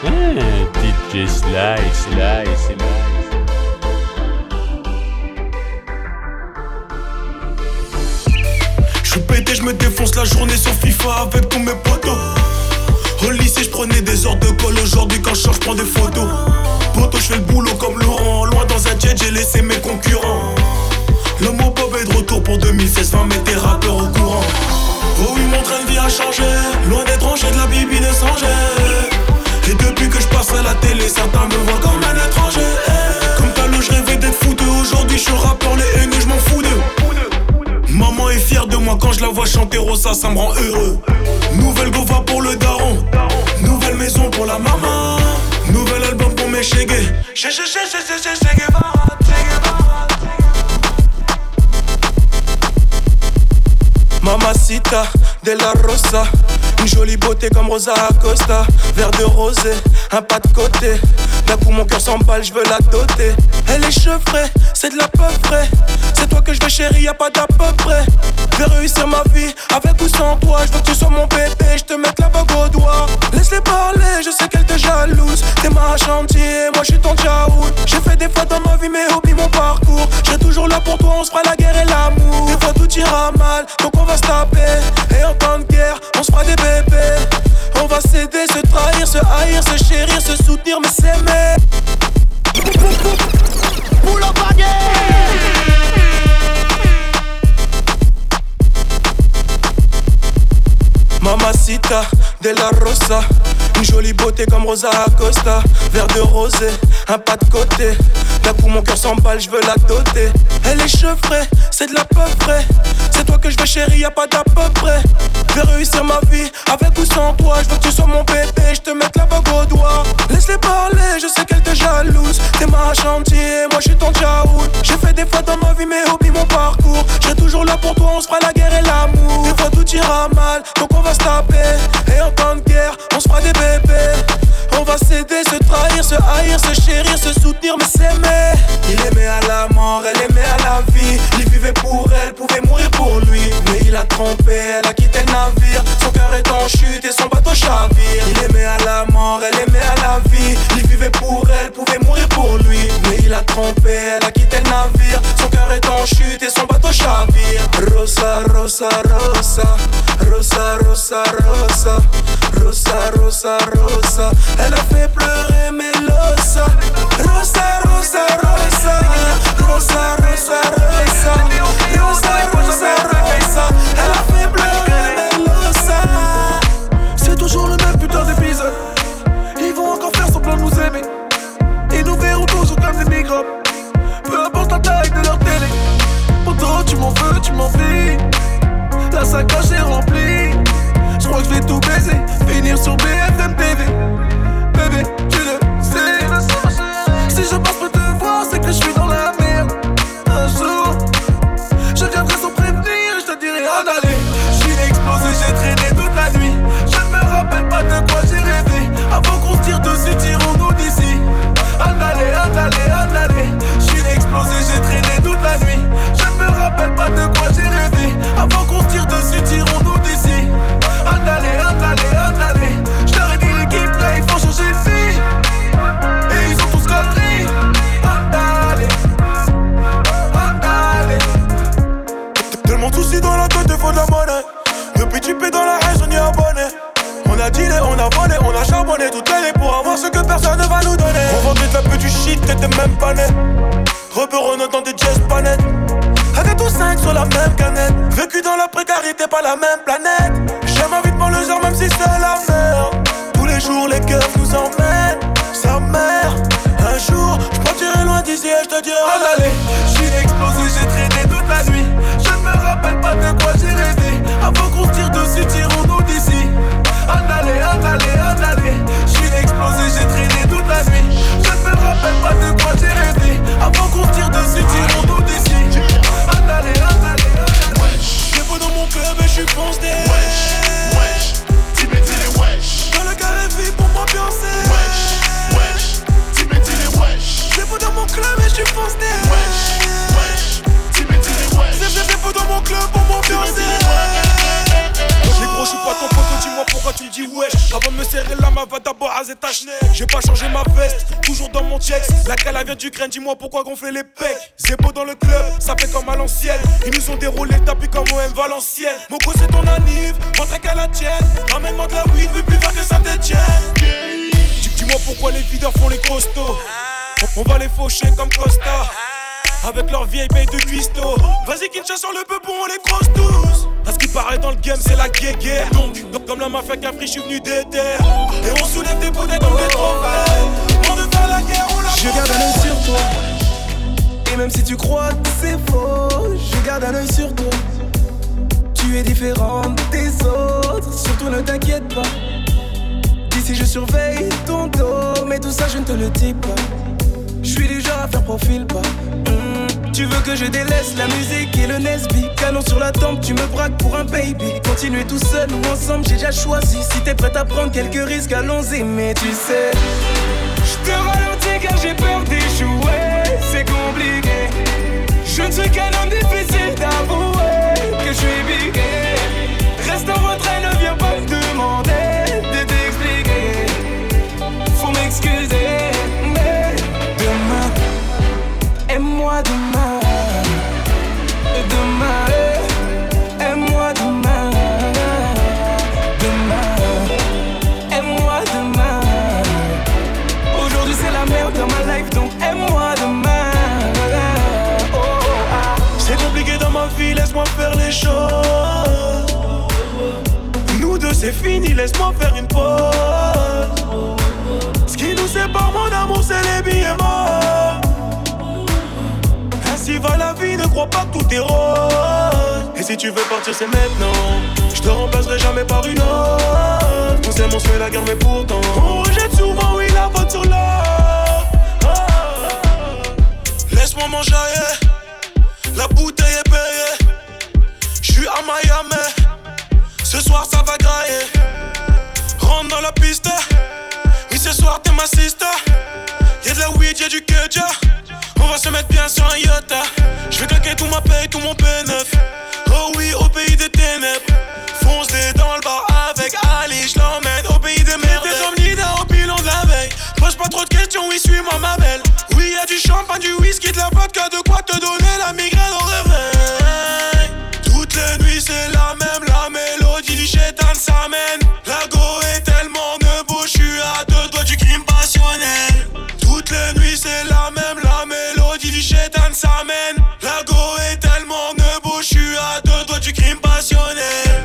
DJ Slice. J'suis pété, j'me défonce la journée sur FIFA avec tous mes potos. Au lycée j'prenais des heures de colle, aujourd'hui quand j'sors j'prends des photos. Poto j'fais le boulot comme Laurent, loin dans un jet j'ai laissé mes concurrents. L'homme Bob est de retour pour 2016, 20 mets tes rappeurs au courant. Oh oui mon train de vie a changé, loin d'être rangé de la bibi de Sanger. Et depuis que je passe à la télé, certains me voient comme un étranger. Comme Talo, je rêvais d'être fouteux. Aujourd'hui, je suis rappeur, les haineux, je m'en fous d'eux. Maman est fière de moi quand je la vois chanter Rosa, ça me rend heureux. Nouvelle gova pour le daron, nouvelle maison pour la maman, nouvel album pour mes chégués. Mamacita de la Rosa, une jolie beauté comme Rosa Acosta. Verre de rosé, un pas de côté. D'un coup mon cœur s'emballe, je veux la doter. Elle est chevrée, c'est de la peu frais. C'est toi que je veux chérie, y'a pas d'à peu près. Je vais réussir ma vie, avec ou sans toi. Je veux que tu sois mon bébé, je te mette la bague au doigt. Laisse-les parler, je sais qu'elle te jalouse. T'es ma chantier, moi je suis ton tchaout. J'ai fait des fois dans ma vie, mais oublie mon parcours. J'ai toujours là pour toi, on se fera la guerre et l'amour. Des fois tout ira mal, donc on va se taper. Et en temps de guerre, on se fera des bébés. On va s'aider, se trahir, se haïr, se chérir, se soutenir, mais s'aimer. Pour la baguette. Mamacita de la Rosa, une jolie beauté comme Rosa Acosta. Verre de rosé, un pas de côté. D'un coup mon cœur s'emballe, je veux la doter. Elle est chevrée, c'est de la peu frais. C'est toi que je veux chérie, y'a pas d'à peu près. Je vais réussir ma vie, avec ou sans toi. Je veux que tu sois mon bébé, je te mette la bague au doigt. Laisse-les parler, je sais qu'elle te jalouse. T'es ma chantier, moi je suis ton tchaout. J'ai fait des fois dans ma vie, mais oublie mon parcours. J'ai toujours là pour toi, on se fera la guerre et l'amour. Des fois tout ira mal, donc on va se taper. Et en temps de guerre, on se fera des bébés. On va s'aider, se trahir, se haïr, se chérir, se soutenir, mais s'aimer. Il aimait à la mort, elle aimait à la vie. Il vivait pour elle, pouvait mourir pour lui. Mais il a trompé, elle a quitté le navire. Son cœur est en chute et son bateau chavire. Il aimait à la mort, elle aimait à la vie. Il vivait pour elle, pouvait mourir pour lui. Mais il a trompé, elle a quitté le navire. Son cœur est en chute et son bateau chavire. Rosa, Rosa, Rosa. Rosa, Rosa, Rosa. Rosa, Rosa, Rosa. Elle a fait pleurer Melosa. Rosa, Rosa, Rosa. Rosa, Rosa, Rosa. Rosa, Rosa, Rosa. Elle a fait pleurer Melosa. C'est toujours le même putain d'épisode. Ils vont encore faire semblant de nous aimer. Ils nous verront toujours comme des microbes. Peu importe la taille de leur télé. Pourtant tu m'en veux, tu m'envies. La sacoche est remplie. Je crois que je vais tout baiser, finir sur BFM TV. Bébé, tu le sais. Si je passe pour te voir, c'est que je suis dans la merde. Un jour, je viendrai sans prévenir et je te dirai en aller. Je suis explosé, j'ai traîné toute la nuit. Je ne me rappelle pas de quoi j'ai rêvé. Avant qu'on se tire dessus, tirons-nous d'ici. En aller, en aller, en aller. Je suis explosé, j'ai traîné toute la nuit. Je ne me rappelle pas de quoi j'ai rêvé. Avant qu'on se tire dessus, tirons-nous d'ici. En aller, en aller, en aller. Je leur ai dit l'équipe là, il faut changer de vie. Et ils ont tous conneries. En aller, en aller. Tellement de soucis dans la tête, il faut de la monnaie. Depuis tu paies dans la haine, on y est abonné. On a dealé, on a volé, on a charbonné toute l'année pour avoir ce que personne ne va nous donner. On vendait de la peu du shit, t'étais même pas né. Rebeu Renault dans des jazz panettes. Avec tous 5 sur la même canette. Vécu dans la précarité, pas la même planète. J'aime ma vie de banlieusard même si c'est la merde. Tous les jours les keufs nous emmènent. Sa mère, un jour j'partirai loin d'ici et j'te dirai en aller. J'suis explosé, j'ai traîné toute la nuit. Je ne me rappelle pas de quoi j'ai rêvé. Avant qu'on se tire dessus, tirons-nous d'ici. En aller, en aller, en aller. J'suis explosé, j'ai traîné toute la nuit. Je ne me rappelle pas de quoi j'ai rêvé. Avant qu'on se tire dessus, tirons-nous d'ici. En aller, en aller, en aller. J'ai beau dans mon club et j'suis foncé. Wesh, wesh, tu mets les wesh. Dans le carré vie pour m'ambiancer. Wesh, wesh, tu mets les wesh. J'ai beau dans mon club et j'suis foncé. Wesh, wesh, tu mets les wesh. J'ai beau dans mon club pour m'ambiancer. Les gros, j'suis pas ton pote, dis-moi pourquoi tu le dis. dit wesh. Avant de me serrer la main, va d'abord raser ta chenille. J'ai pas changé ma veste, toujours dans mon checks. La cala vient d'Ukraine, dis-moi pourquoi gonfler les pecs. Zébo dans le club, ça fait comme à l'ancienne. Ils nous ont déroulé le tapis comme OM Valenciennes. Moko c'est ton anniv, montre qu'à la tienne. Ramène-moi de la weed, veux plus faire que Saint-Etienne. Dis-moi pourquoi les videurs font les costauds. On va les faucher comme Costa. Avec leur vieille paye de cuistot. Vas-y Kinshasa sur le peupon, on les crosse tous. À ce qui paraît dans le game c'est la guéguerre. Donc comme la mafia Capri je suis venu des terres. Et on soulève des bonnets comme des trophées. On veut faire la guerre, on la Je garde un œil sur toi. Et même si tu crois que c'est faux, je garde un œil sur toi. Tu es différente des autres, surtout ne t'inquiète pas. D'ici je surveille ton dos, mais tout ça je ne te le dis pas. Je suis du genre à faire profil pas. Tu veux que je délaisse la musique et le Nesby. Canon sur la tempe, tu me braques pour un baby. Continuer tout seul ou ensemble, j'ai déjà choisi. Si t'es prête à prendre quelques risques, allons-y. Mais tu sais, je te ralentis car j'ai peur d'échouer. C'est compliqué. Je ne suis qu'un homme difficile d'avouer que je suis bigué. Reste en retrait, ne viens pas me demander de t'expliquer. Faut m'excuser, mais demain, aime-moi demain. Demain, aime-moi demain. Demain, aime-moi demain. Aujourd'hui c'est la merde dans ma life, donc aime-moi demain. Oh, ah. C'est compliqué dans ma vie, laisse-moi faire les choses. Nous deux c'est fini, laisse-moi faire une pause. Ce qui nous sépare mon amour c'est les billets morts. Ainsi va la vie, ne crois pas que tout est rose. Et si tu veux partir c'est maintenant. Je te remplacerai jamais par une autre. On s'aime, on se fait la guerre mais pourtant on rejette souvent, oui, la faute sur l'autre. Laisse-moi m'enjailler, la bouteille est payée. J'suis à Miami, ce soir ça va grailler. Rentre dans la piste, oui ce soir t'es ma sister. Y'a de la weed, y'a du keja. On va se mettre bien sur un yacht. Je vais claquer tout ma paye, tout mon P9. Oh oui, au pays des ténèbres. Fonce-les dans le bar avec Ali. Je l'emmène au pays des merdes. T'es comme Nida au bilan de la veille. Pose pas trop de questions, oui, suis-moi ma belle. Oui, y'a du champagne, du whisky, de la vodka. De quoi te donner la migraine au réveil. Toutes les nuits c'est la même. La mélodie du chétan s'amène. La go est tellement nebo. J'suis à deux doigts du crime passionnel. Toutes les nuits c'est la même. La mélodie du chétan s'amène. La go est tellement nebo. J'suis à deux doigts du crime passionnel.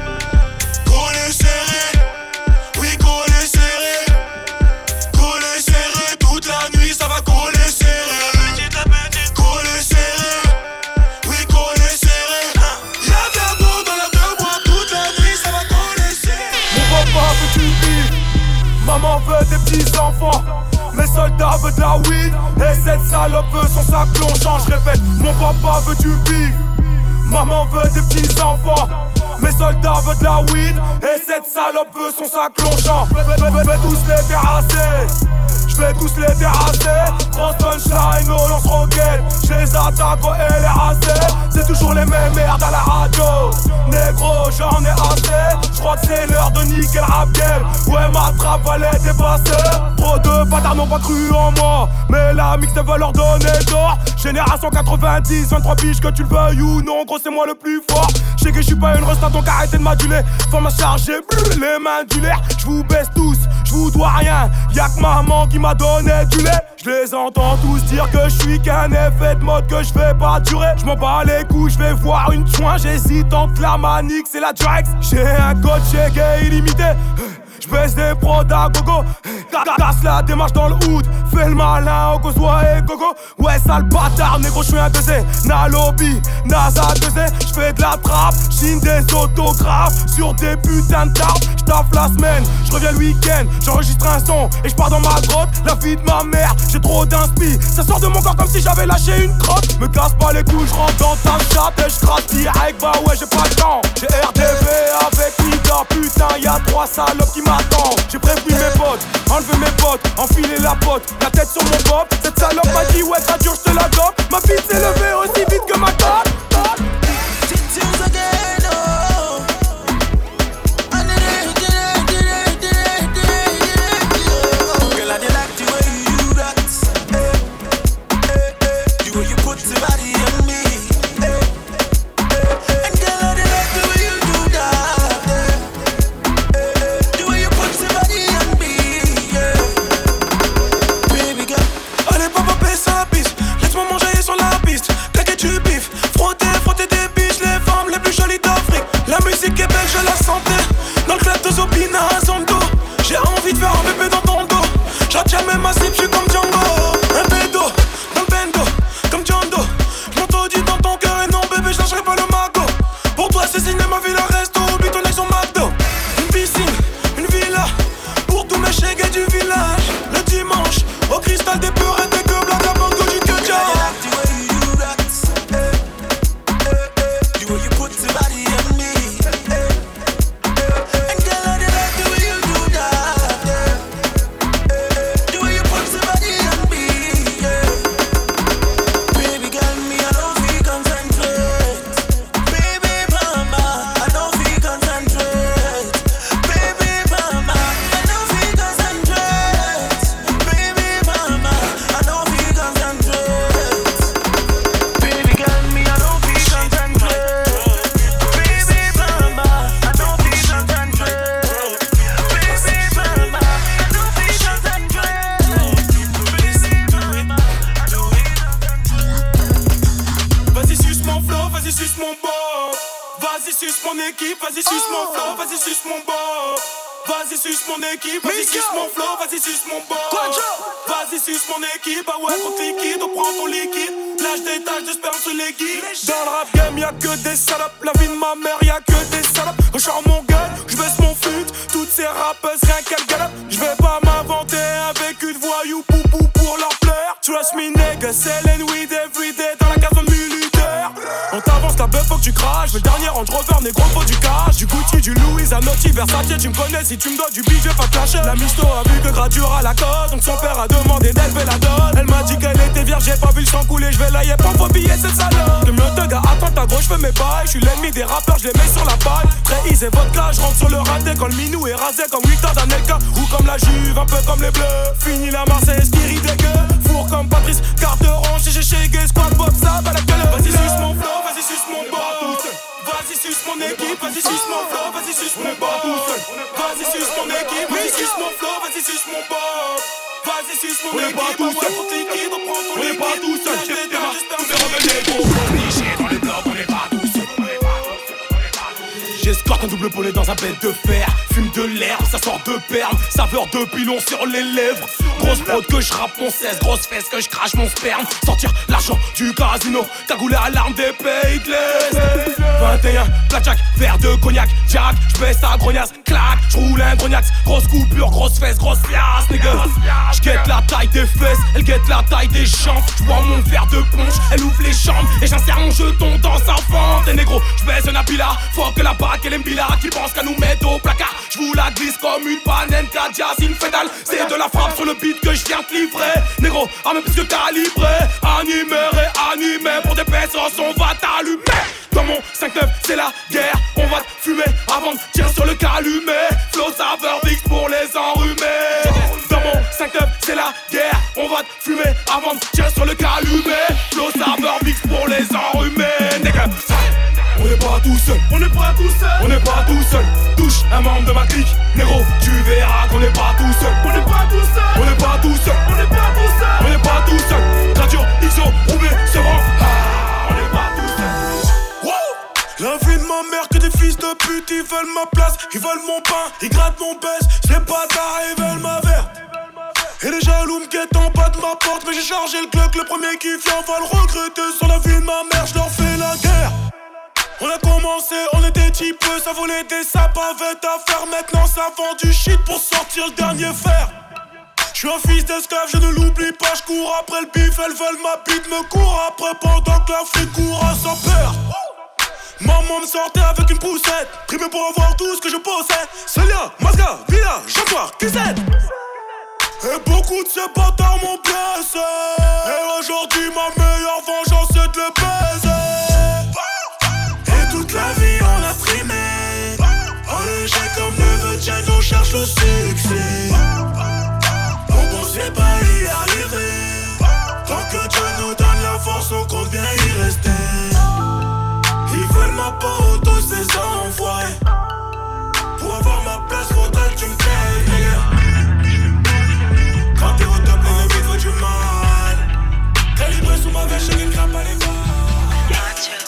Collé serré, oui collé serré. Collé serré, toute la nuit ça va coller serré. Collé serré, oui collé serré. Y'a de la go dans la deux bois, toute la nuit ça va coller serré. Mon papa veut du bif, maman veut des petits enfants. Mes soldats veulent de la weed, et cette salope veut son sac plongeant. Je répète, mon papa veut du bif, maman veut des petits enfants. Mes soldats veulent de la weed, et cette salope veut son sac plongeant. Je vais tous les terrasser, je vais tous les terrasser. Grosse punchline, au lance-roquette, je les attaque au LRAC. C'est toujours les mêmes merdes à la radio. Négro, j'en ai assez. Je crois que c'est l'heure de niquer le rap game. Ouais, ma trappe va les dépasser. Trop de bâtards n'ont pas cru en moi, mais la mixtape va leur donner tort. Génération 90, 23 piges, que tu le veuilles ou non, gros c'est moi le plus fort. Je sais que je suis pas une resta, donc arrêtez de m'aduler. Forme à charger, les mains du l'air. Je vous baisse tous, je vous dois rien. Y'a que maman qui m'a donné du lait. Je les entends tous dire que je suis qu'un effet de mode, que je vais pas durer. Je m'en bats les couilles, je vais voir une soin. J'hésite entre la Manix et la Durex. J'ai un code chez gay illimité. J'baisse des prods à gogo. Casse la démarche dans le hood. Fais le malin au Gozois et Gogo. Ouais sale bâtard, négro j'suis un 2C. Nalobi, NASA 2C. J'fais de la trappe, j'signe des autographes sur des putains de tarpes. J'taffe la semaine, j'reviens le week-end. J'enregistre un son et j'pars dans ma grotte. La vie de ma mère, j'ai trop d'inspi. Ça sort de mon corps comme si j'avais lâché une crotte. Me casse pas les couilles, j'rentre dans ta chatte et j'crase direct. Bah ouais j'ai pas le temps. J'ai RDV avec Nida. Putain y'a 3 salopes qui m'attendent. J'ai prévenu mes potes, enlevé mes potes, enfilé la pote, la tête sur mon pop. Cette salope m'a dit ouais ça dure j'te la dope. Ma fille s'est levée aussi vite que ma top. The way you put your body on me. And girl, I like the way you do that. The way you put your body on me. Baby girl. Allez, papa, baisse à la piste. Laisse-moi manger sur la piste. Claquer du bif. Frotter des biches. Les femmes les plus jolies d'Afrique. La musique est belle, je la sentais. Dans le club de Zopina à Zondo. J'ai envie de faire un bébé dans ton dos. J'retiens même ma slip, j'suis comme Django. Un bédo, dans le bendo, comme John Doe. J'm'entendis dans ton cœur et non bébé, j'lâcherai pas le magot. Pour toi c'est cinéma, villa, resto, oublie ton ex au McDo. Une piscine, une villa, pour tous mes chégués du village. Le dimanche, au cristal des peurettes, des que blagues, la banque du que Jah. The way you rock, the way you put your body on me. And girl, I like the way you do that. The way you put your body on me. Baby girl, me I don't feel concentrate. Baby mama, I don't feel concentrate. Baby mama, I don't feel concentrate. Baby mama, I don't feel concentrate. Baby girl, me I don't feel concentrate. Baby mama, I don't feel concentrate. Baby mama, I don't feel concentrate. Vas-y suce mon flow, vas-y suce mon bob. Vas-y suce mon équipe, vas-y suce mon flow, vas-y suce mon bob. Vas-y suce mon équipe, vas-y suce mon flow, vas-y suce mon bob. Vas-y suce mon équipe, ah ouais trop liquide, on prend ton liquide. Lâche des taches de sperme sur les guides. Dans le rap game y'a que des salopes, la vie de ma mère y'a que des salopes. Quand je sors mon gun, j'baisse mon fut, toutes ces rappeuses rien qu'elles galopent. J'vais pas m'inventer avec une voyou poupou pour leur plaire. Trust me nigga, selling weed everyday dans la caserne militaire. On t'avance la bœuf, faut que tu craches. J'veux le dernier Range Rover, négro, faut du cash. Du Gucci, du Louis, Zanotti, Versace, tu me connais. Si tu me donnes du billet, pas te lâcher. La misto a vu que gradure à la cause, donc son père a demandé d'élever la donne. Elle m'a dit qu'elle était vierge, j'ai pas vu le sang couler. J'vais la yep, pas billet, cette salope. De mieux de gars, attends ta gauche, j'fais mes bails. J'suis l'ennemi des rappeurs, j'les mets sur la paille. Très easy vodka, j'rentre sur le raté. Quand le minou est rasé comme 8 ans d'Anelka. Ou comme la Juve, un peu comme les bleus. Fini la Marseillaise qui rit des gueux. Four comme Patrice, carte orange, j'ai chégué, squad, bob, ça, à la gueule. Vas-y, suce mon flow, vas-y, suce mon bob. Vas-y, suce mon équipe, vas-y, suce mon flow, vas-y, suce mon bob. Vas-y, suce mon équipe, vas-y, suce mon flow, vas-y, suce mon bob. Vas-y, suce mon équipe, ah ouais, faut que liquide, on prend ton liquide. On est pas tout seul, j'espère Dans les blocs, on est pas tous seuls. J'escorte un double poney dans un bête de fer. Fume de l'herbe, ça sort de perme. Saveur de pilon sur les lèvres. Grosse prod que je rappe mon 16. Grosse fesse que je crache mon sperme. Sortir l'argent du casino. Cagoulé à l'arme des pays de l'Est. 21, blackjack, verre de cognac. Jack, j'baisse à grognasse. Clac, j'roule un grognax. Grosse coupure, grosse fesse, grosse piasse, nigga. J'guette la taille des fesses, elle guette la taille des jambes. J'bois mon verre de punch, elle ouvre les chambres. Et j'insère mon jeton dans sa fente. Et négro, j'baisse un apila. Faut que la baraque elle aime bila. Qui pense qu'à nous mettre au placard. J'vous la glisse comme une panenka. Jazine fédale, c'est de la frappe sur le beat que j'viens te livrer. Négro, arme plus que calibré. Animé, réanimé. Pour des pesos, on va t'allumer. Dans mon 5-9, c'est la guerre. On va te fumer avant de tirer sur le calumet. Flow saveur Vix pour les enrhumés. Dans mon 5-9, c'est la guerre. On va te fumer avant de tirer sur le calumet. Flow saveur Vix pour les enrhumés. Nigga. On n'est pas tout seul, on n'est pas tout seul, on n'est pas tout seul. Touche un membre de ma clique, négro, tu verras qu'on n'est pas tout seul. On n'est pas tout seul, on n'est pas tout seul, on n'est pas tout seul, on n'est pas tout seul. Radio, XO, Roubaix, Sevran, on n'est pas tout seul. Wow. La vie de ma mère que des fils de pute, ils veulent ma place, ils veulent mon pain, ils grattent mon baisse, c'est pas tard, ils veulent ma verte. Et les jaloux me guettent en bas de ma porte, mais j'ai chargé le clock, le premier qui vient va le regretter. Sur la vie de ma mère, je leur fais la guerre. On a commencé, on était typeux, ça volait des sapes avec à faire. Maintenant ça vend du shit pour sortir le dernier fer. J'suis un fils d'esclave, je ne l'oublie pas, j'cours après le bif, elles veulent ma bite, me court après pendant que la flic court à sa peur. Maman me sortait avec une poussette, primé pour avoir tout ce que je possède. Célia, Mazga, Villa, Jaguar, QZ. Et beaucoup de ces bâtards m'ont blessé. Et aujourd'hui ma meilleure vengeance c'est de les baiser. Toute la vie on a trimé. On est léger comme neveu de Jen, on cherche le succès. On pensait pas y arriver. Tant que Dieu nous donne la force, avec chacun crape à les barres.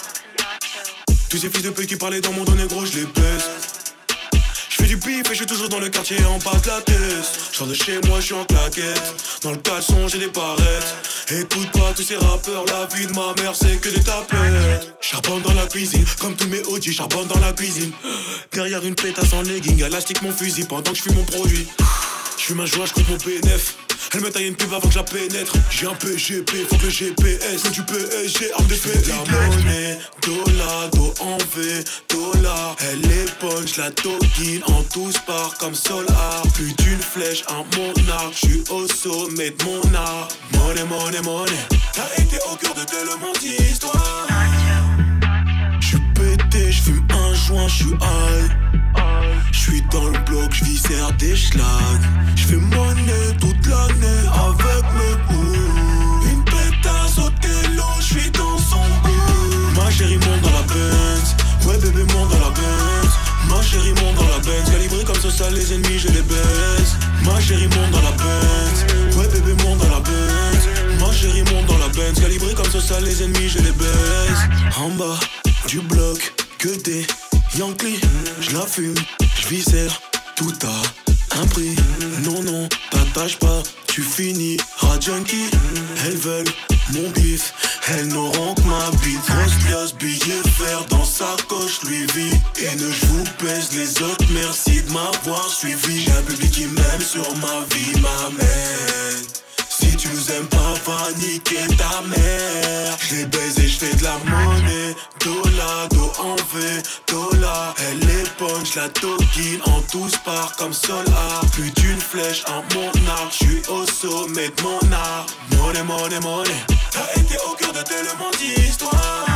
Tous ces fils de pute qui parlaient dans mon dos négro, je les baisse. J'fais du bif et j'suis toujours dans le quartier en bas de la tête. J'sors de chez moi, j'suis en claquette. Dans le caleçon, j'ai des barrettes. Écoute pas tous ces rappeurs, la vie de ma mère c'est que des tapettes. Charbonne dans la cuisine, comme tous mes OG, charbonne dans la cuisine. Derrière une pétasse en legging, élastique mon fusil pendant que j'fume mon produit. J'fume un joint, j'compte mon PNF. Elle me taille une pub avant que je la pénètre. J'ai un PGP, faut que le GPS. Que du PSG, arme de fée. La monnaie, dollar, dos en V, dollar. Elle est punch, la toquine en tous part comme Solar. Plus d'une flèche, un monarque. J'suis au sommet de mon art. Money, money, money. T'as été au cœur de tellement d'histoires. J'suis pété, j'fume un joint, j'suis high. J'suis dans le bloc, j'viscère des schlags. J'fais monnaie toute l'année avec mes bouts. Une pétasse au télo, j'suis dans son goût. Ma chérie monte dans la Benz. Ouais bébé monte dans la Benz. Ma chérie monte dans la Benz. Calibré comme ça les ennemis je les baise. Ma chérie monte dans la Benz. Ouais bébé monte dans la Benz. Ma chérie monte dans la Benz. Calibré comme ça les ennemis je les baise. En bas du bloc, que des Yankee. J'la fume, j'viscère, tout a un prix. Non, non, t'attaches pas, tu finis junkie. Elles veulent mon bif, elles n'auront que ma bite. Grosse liasse, billet vert dans sa coche, Louis V. Et ne je vous pèse les autres, merci de m'avoir suivi. J'ai un public qui m'aime sur ma vie, m'amène. Si tu nous aimes pas, va niquer ta mère. J'les baise et j'fais de la monnaie. Dollar, dos en V, dollar. Elle est punch, la toquine en tous part comme Solar. Plus d'une flèche en mon arc, j'suis au sommet de mon art. Money, money, money. T'as été au cœur de tellement d'histoires.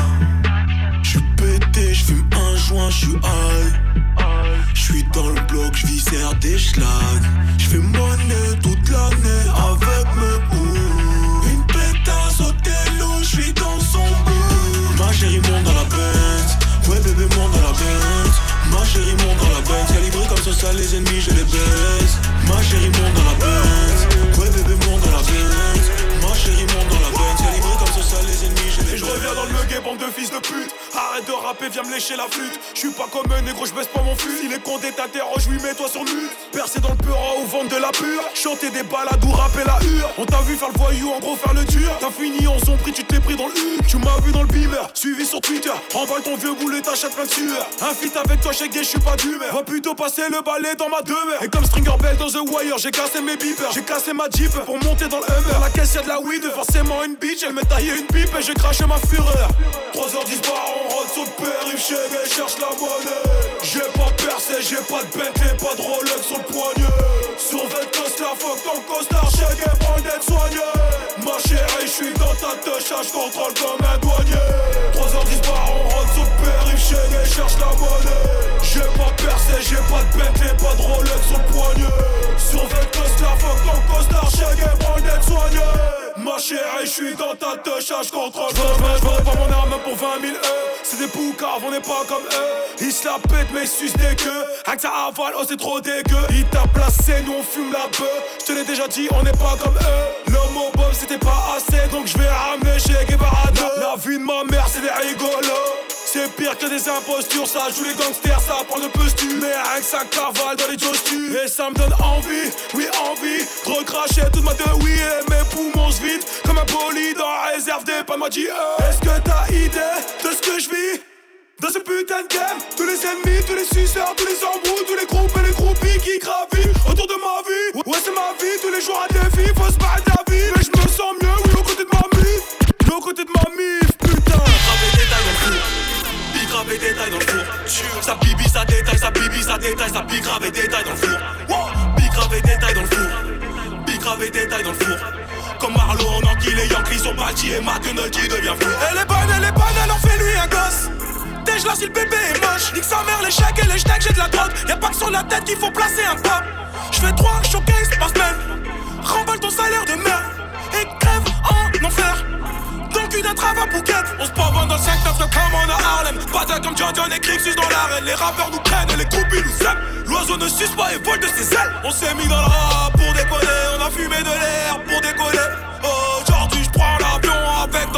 J'suis pété, j'fume un joint, j'suis high. J'suis dans le bloc, j'viscère des schlags. J'fais monnaie toute l'année avec mes bouts. Une pétasse au télo, j'suis dans son bout. Ma chérie monte dans la Benz. Ouais bébé monte dans la Benz. Ma chérie monte dans la Benz. Calibré comme ça les ennemis je les baise. Ma chérie monte dans la Benz. Ouais bébé monte dans la Benz. Ma chérie monte dans la Benz. Calibré comme ça les ennemis je les baise. Et je reviens dans le muguet, bande de fils de pute. Arrête de rapper, viens me lécher la flûte. J'suis pas comme un négro, j'baisse pas mon fût. Si les condés t'interrogent, oui mets-toi sur mute. Percé dans le peura ou vendre de la pure. Chanter des balades ou rapper la hure. On t'a vu faire le voyou, en gros faire le dur. T'as fini en son prix, tu t'es pris dans le U. Tu m'as vu dans le beamer, suivi sur Twitter. Remballe ton vieux boulet, t'achètes plein de sueur. Un feat avec toi, check des, j'suis pas d'humeur. Va plutôt passer le balai dans ma demeure. Et comme Stringer Bell dans The Wire, j'ai cassé mes beepers. J'ai cassé ma Jeep pour monter dans le Hummer. Dans la caisse y'a de la weed, forcément une bitch. Elle m'a taillé une pipe et j'ai craché ma fureur. 3h10 bar, on rentre sur le périph', chérie, cherche la monnaie. J'ai pas percé, j'ai pas de Bentley, pas de Rolex sur le poignet. Sur Vetos, la fuck ton costard, chérie, prends d'être soigné. Ma chérie, j'suis dans ta touche, je contrôle comme un douanier. 3h10 bar, on rentre sur le périph', chérie, cherche la monnaie. J'ai pas percé, j'ai pas de Bentley, pas de Rolex sur le poignet. Sur Vetos, la fuck ton costard, chérie, prends d'être soigné. Ma chérie, j'suis dans ta touche, je contrôle. J'vendrai pas mon arme pour 20 000 C'est des poucaves, on n'est pas comme eux. Ils se la pètent mais ils sucent des queues. Avec ça avale, oh c'est trop dégueu. Il t'a placé, nous on fume la bœuf. J'te l'ai déjà dit, on n'est pas comme eux. L'homobob c'était pas assez, donc j'vais ramener chez Guevara 2. La vie de ma mère c'est des rigolos. C'est pire que des impostures, ça joue les gangsters, ça prend de posture. Mais avec ça cavale dans les jostures. Et ça me donne envie, oui envie de recracher toute ma deux oui. Et mes poumons se vident comme un bolide en réserve des pas m'a dit Est-ce que t'as idée de ce que je vis dans ce putain de game? Tous les ennemis, tous les suceurs, tous les embrouilles, tous les groupes et les groupies qui gravitent autour de ma vie. Ouais c'est ma vie, tous les jours à défi, faut se battre la vie. Mais je me sens mieux, oui aux côtés de ma mif. Oui aux côtés de ma mif, putain. Gravé détail dans le four, big gravé détail dans le four. Ça bibi, ça détaille, ça bibi, ça détaille, ça big gravé détail dans le four. Big gravé détail dans le four, big gravé détail dans le four. Comme Marlo, on enquille les Yankees sont bâtis et McNulty devient fou. Elle est bonne, elle en fait lui un gosse. Dès là si le bébé est moche. Nique sa mère, les chèques et les steaks, j'ai de la drogue. Y'a pas que sur la tête qu'il faut placer un pop. J'fais 3 showcases par semaine. Remballe ton salaire de merde et crève en enfer. Dans le cul d'un travail à Phuket. On se pavane dans le 5-9 comme on a Harlem. Bataille comme John et Crixus dans l'arène. Les rappeurs nous prennent et les groupies nous aiment. L'oiseau ne suce pas et vole de ses ailes. On s'est mis dans le rap pour décoller. On a fumé de l'air pour décoller. Aujourd'hui j'prends l'avion avec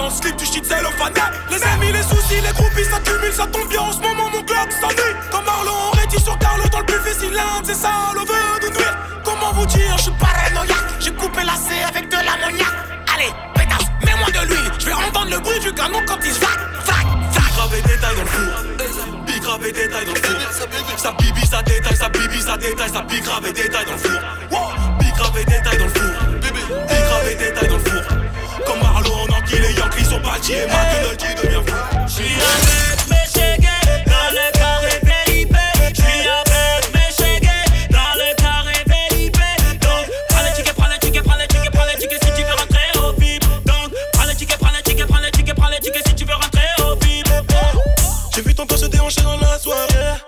en slip, tu shit cellophane. Les amis, les soucis, les groupies, ça cumule, ça tombe bien. En ce moment, mon club s'ennuie. Comme Marlon, Reddy sur Carlo dans le buffet, si l'un c'est ça, le veut de nuire. Comment vous dire, je suis paranoïaque. J'ai coupé la C avec de l'ammoniac. Allez, pétasse, mets-moi de l'huile. Je vais entendre le bruit du canon quand il se vague. Grave et détail dans le four. Grave et détail dans le four. Ça bibi, ça détaille, ça bibi, ça détaille, ça pique grave et détail dans le four. Grave et détail dans le four. Grave et détail dans le four. Comme Marlo, on enquille les Yankees sont partis et McDonald's devient fou. J'suis avec mes chégués dans le carré VIP. J'suis avec mes chégués dans le carré VIP. Donc, prends les tickets, prends les tickets, prends les tickets, prends les tickets si tu veux rentrer au VIP. Donc, prends les tickets, prends les tickets, prends les tickets, prends les tickets si tu veux rentrer au VIP. J'ai vu ton pote se déhancher dans la soirée.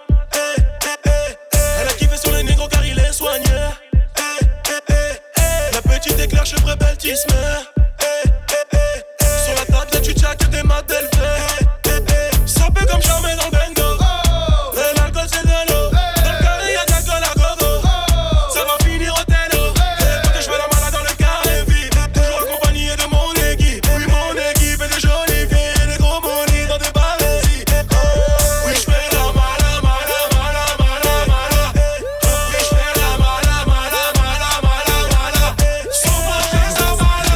Elle a kiffé sur les négros car il est soigné. La petite éclair, chevre beltisme. Sur la table, là tu tchakes des modèles faits. Ça peut comme jamais dans le bendo. L'alcool c'est de l'eau. Dans le carré y'a de l'alcool à gogo. Ça va finir au télo. Quand je fais la malade dans le carré vide. Toujours accompagné de mon équipe. Oui mon équipe et des jolies filles. Et des gros monis dans des barésies. Oui j'fais la mala. Oui j'fais la mala. Sans moi j'fais ça mala.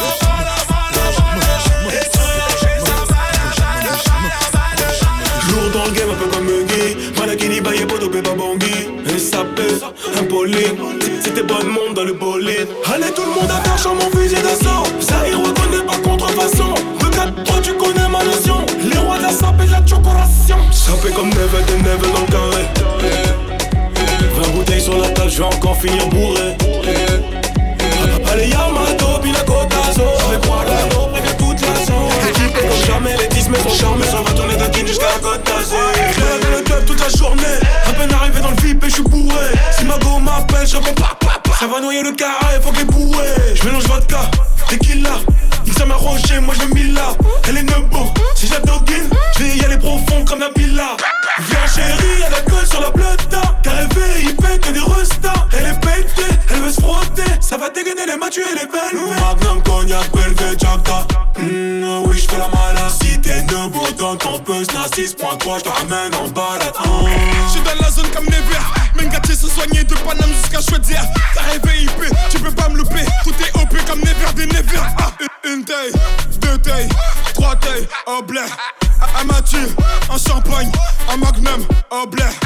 Lourd dans le game un peu comme Muggy. Manakini baillé poto pépa bangui. SAP, impoli. C'était pas de monde dans le bolide. Allez tout le monde à faire mon fusil d'assaut. Ça y reconnaît pas contrefaçon. De 4-3 tu connais ma notion. Les rois de la SAP et de la chocoration. Sapé comme Nevel de Nevel dans le carré. 20 bouteilles sur la table, je vais encore finir bourré. Allez Yamato, puis la Cotazo. Je vais croire l'anneau, préviens toute la zone. Équipé comme jamais, les 10 sont charmés. On va tourner de Kin jusqu'à la Côte d'Azur. Je vais dans le club toute la journée. À peine arrivé dans le VIP et je suis bourré. Si ma go m'appelle, je réponds pa. Ça va noyer le carré, faut que les bourrés. Je mélange vodka, tequila. Ça m'a roché, moi je mis là. Elle est nebo, si j'adoguine, je vais y aller profond comme la Bila. Viens chérie, elle a gueule sur la plata. Car elle VIP que des restas. Elle est pétée, elle veut se frotter. Ça va dégainer les matchs et les belles. Magnum, cognac, Belvé, Jacta. Oui, j'fais la malade. Si t'es nebo, dans ton buzz, n'a 6.3, j'te ramène en balade. J'suis dans la zone comme Never. Mengatier se soigner de Paname jusqu'à Chouedzière. Carré VIP, tu peux pas me louper. Tout est OP comme Never des Never. Une taille, 2 tailles, 3 tailles, au blé. Un Mathieu, un champagne, un Magnum, au blé.